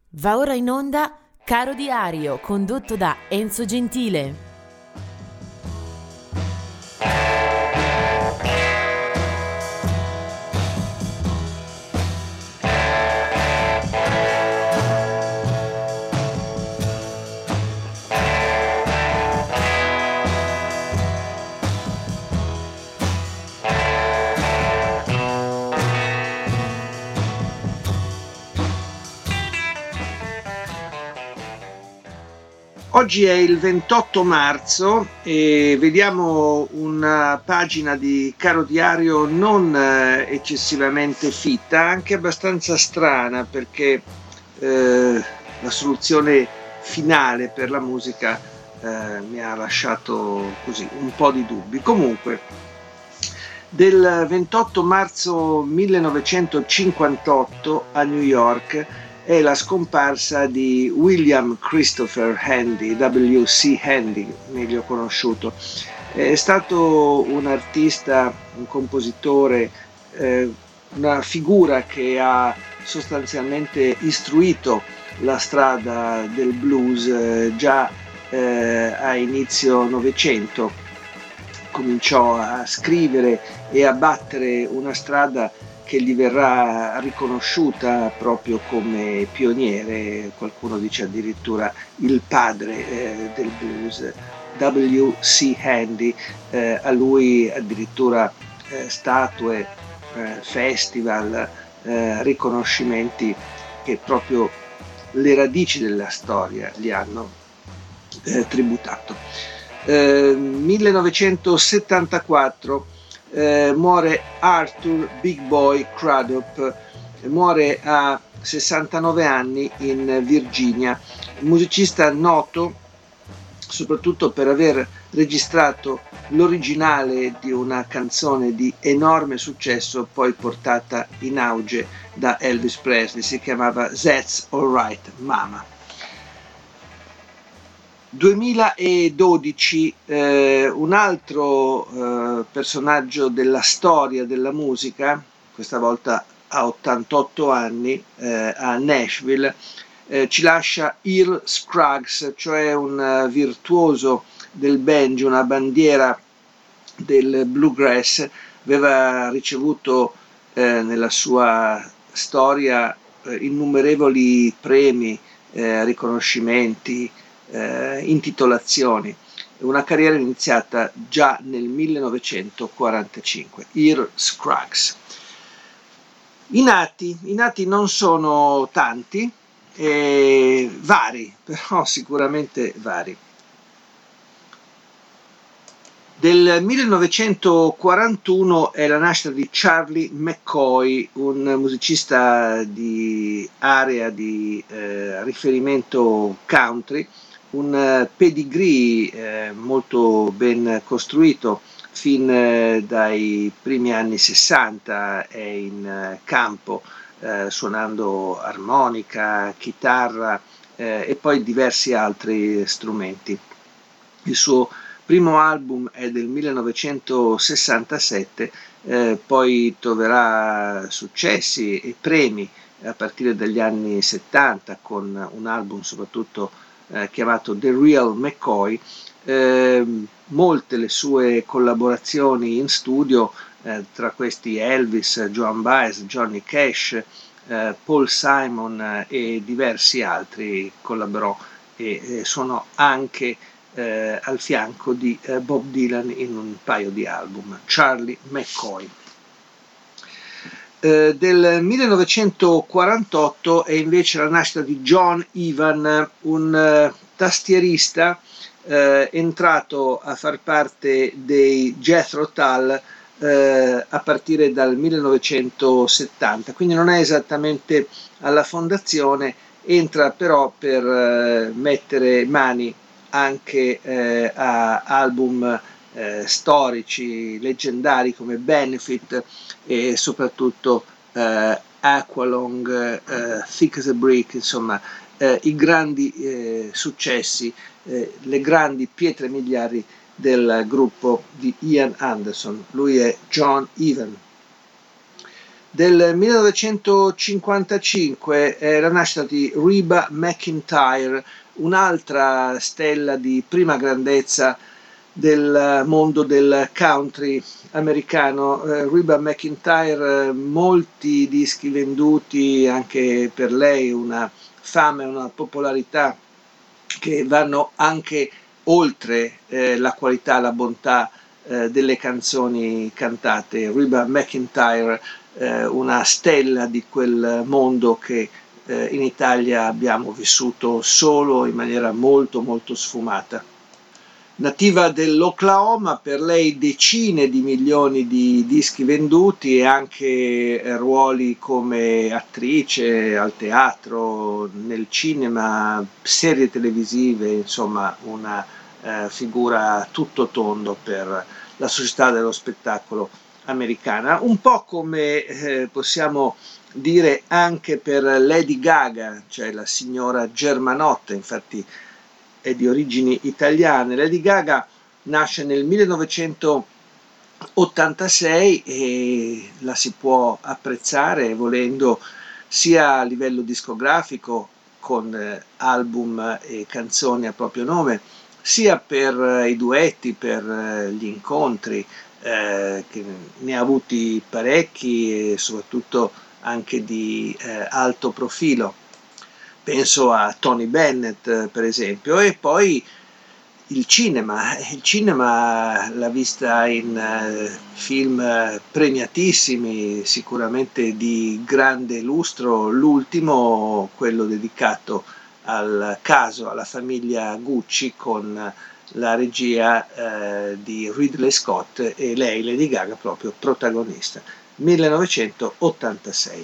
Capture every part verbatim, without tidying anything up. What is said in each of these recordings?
Va ora in onda Caro Diario, condotto da Enzo Gentile. Oggi è il ventotto marzo e vediamo una pagina di Caro Diario non eh, eccessivamente fitta, anche abbastanza strana, perché eh, la soluzione finale per la musica eh, mi ha lasciato così un po' di dubbi. Comunque, del ventotto marzo millenovecentocinquantotto a New York è la scomparsa di William Christopher Handy, W C Handy, meglio conosciuto. È stato un artista, un compositore, eh, una figura che ha sostanzialmente istruito la strada del blues eh, già eh, a inizio Novecento. Cominciò a scrivere e a battere una strada che gli verrà riconosciuta proprio come pioniere, qualcuno dice addirittura il padre eh, del blues, W C Handy. Eh, a lui addirittura eh, statue, eh, festival, eh, riconoscimenti che proprio le radici della storia gli hanno eh, tributato. Eh, millenovecentosettantaquattro eh, muore Arthur Big Boy Crudup, muore a sessantanove anni in Virginia, musicista noto soprattutto per aver registrato l'originale di una canzone di enorme successo poi portata in auge da Elvis Presley, si chiamava That's Alright Mama. duemiladodici eh, un altro eh, personaggio della storia della musica, questa volta a ottantotto anni, eh, a Nashville, eh, ci lascia Earl Scruggs, cioè un uh, virtuoso del banjo, una bandiera del bluegrass. Aveva ricevuto eh, nella sua storia eh, innumerevoli premi, eh, riconoscimenti, eh, intitolazioni, una carriera iniziata già nel millenovecentoquarantacinque. Earl Scruggs. I nati, i nati non sono tanti, eh, vari, però sicuramente vari. Del millenovecentoquarantuno è la nascita di Charlie McCoy, un musicista di area di eh, riferimento country, un pedigree eh, molto ben costruito. Fin eh, dai primi anni sessanta è in eh, campo eh, suonando armonica, chitarra eh, e poi diversi altri strumenti. Il suo primo album è del millenovecentosessantasette, eh, poi troverà successi e premi a partire dagli anni settanta con un album soprattutto eh, chiamato The Real McCoy. Eh, molte le sue collaborazioni in studio, eh, tra questi Elvis, Joan Baez, Johnny Cash, eh, Paul Simon eh, e diversi altri collaborò e eh, suonò anche eh, al fianco di eh, Bob Dylan in un paio di album. Charlie McCoy. Eh, del millenovecentoquarantotto è invece la nascita di John Evan, un eh, tastierista eh, entrato a far parte dei Jethro Tull eh, a partire dal millenovecentosettanta, quindi non è esattamente alla fondazione, entra però per eh, mettere mani anche eh, a album eh, storici, leggendari come Benefit e soprattutto eh, Aqualong, eh, Thick as a Brick, insomma eh, i grandi eh, successi, eh, le grandi pietre miliari del gruppo di Ian Anderson. Lui è John Evan. Del millenovecentocinquantacinque è la nascita di Reba McEntire, un'altra stella di prima grandezza del mondo del country americano. eh, Reba McEntire, eh, molti dischi venduti, anche per lei una fama e una popolarità che vanno anche oltre eh, la qualità, la bontà eh, delle canzoni cantate. Reba McEntire, eh, una stella di quel mondo che eh, in Italia abbiamo vissuto solo in maniera molto molto sfumata. Nativa dell'Oklahoma, per lei decine di milioni di dischi venduti e anche eh, ruoli come attrice al teatro, nel cinema, serie televisive, insomma una eh, figura tutto tondo per la società dello spettacolo americana, un po' come eh, possiamo dire anche per Lady Gaga, cioè la signora Germanotta. Infatti è di origini italiane. Lady Gaga nasce nel millenovecentottantasei e la si può apprezzare volendo sia a livello discografico con eh, album e canzoni a proprio nome, sia per eh, i duetti, per eh, gli incontri, eh, che ne ha avuti parecchi e soprattutto anche di eh, alto profilo. Penso a Tony Bennett, eh, per esempio, e poi il cinema. Il cinema l'ha vista in eh, film eh, premiatissimi, sicuramente di grande lustro, l'ultimo, quello dedicato al caso, alla famiglia Gucci, con la regia eh, di Ridley Scott e lei, Lady Gaga, proprio protagonista. millenovecentottantasei.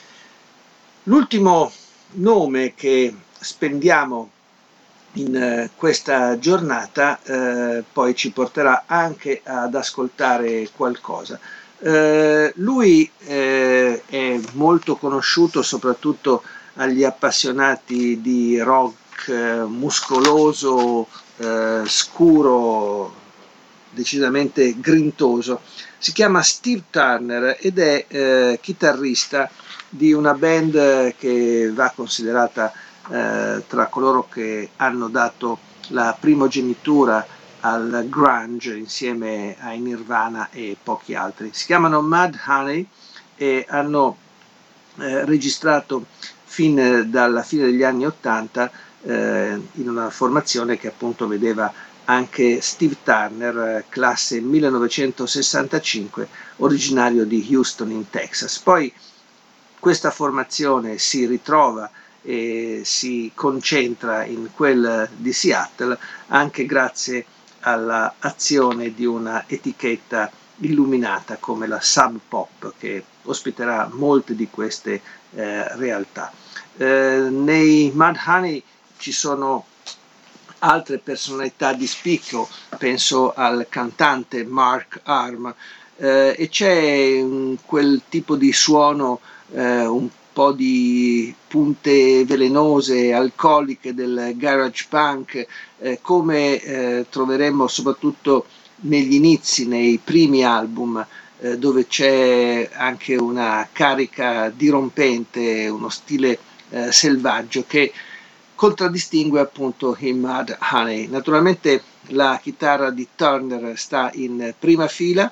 L'ultimo nome che spendiamo in eh, questa giornata eh, poi ci porterà anche ad ascoltare qualcosa. Eh, lui eh, è molto conosciuto soprattutto agli appassionati di rock eh, muscoloso, eh, scuro, decisamente grintoso. Si chiama Steve Turner ed è eh, chitarrista di una band che va considerata eh, tra coloro che hanno dato la primogenitura al grunge insieme ai Nirvana e pochi altri. Si chiamano Mudhoney e hanno eh, registrato fin dalla fine degli anni ottanta eh, in una formazione che appunto vedeva anche Steve Turner, classe millenovecentosessantacinque, originario di Houston in Texas. Poi questa formazione si ritrova e si concentra in quel di Seattle anche grazie all'azione di una etichetta illuminata come la Sub Pop, che ospiterà molte di queste eh, realtà. Eh, nei Mudhoney ci sono altre personalità di spicco, penso al cantante Mark Arm, eh, e c'è un, quel tipo di suono eh, un po' di punte velenose, alcoliche del garage punk, eh, come eh, troveremmo soprattutto negli inizi, nei primi album, eh, dove c'è anche una carica dirompente, uno stile eh, selvaggio che contraddistingue appunto i Mudhoney. Naturalmente la chitarra di Turner sta in prima fila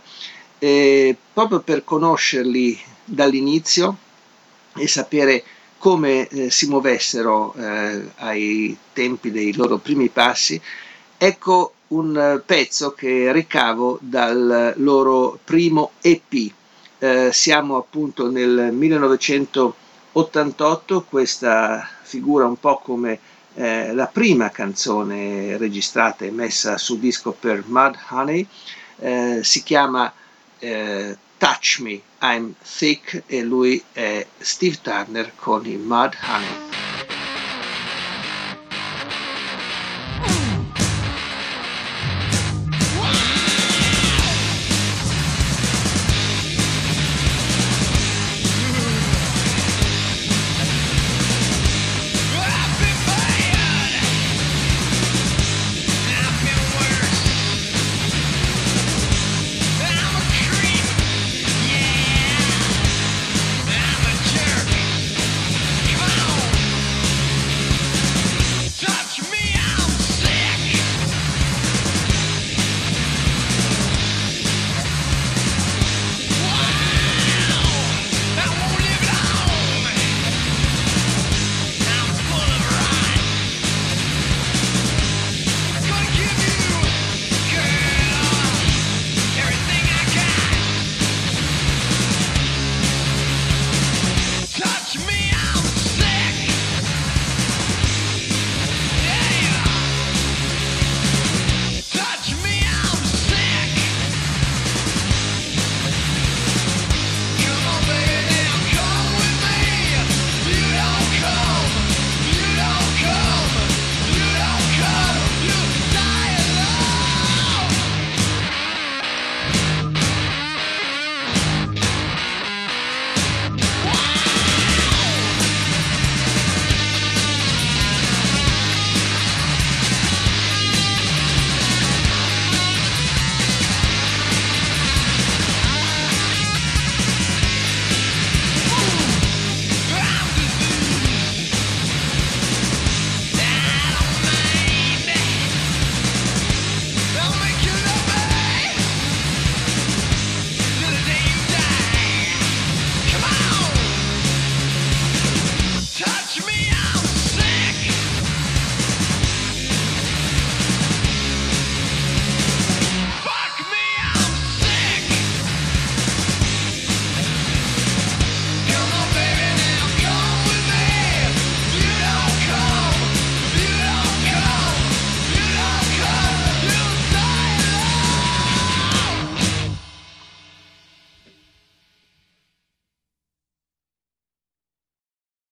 e proprio per conoscerli dall'inizio e sapere come eh, si muovessero eh, ai tempi dei loro primi passi, ecco un pezzo che ricavo dal loro primo E P. Eh, siamo appunto nel millenovecentottantotto, questa figura un po' come eh, la prima canzone registrata e messa su disco per Mudhoney, eh, si chiama eh, Touch Me, I'm Thick, e lui è Steve Turner con i Mudhoney.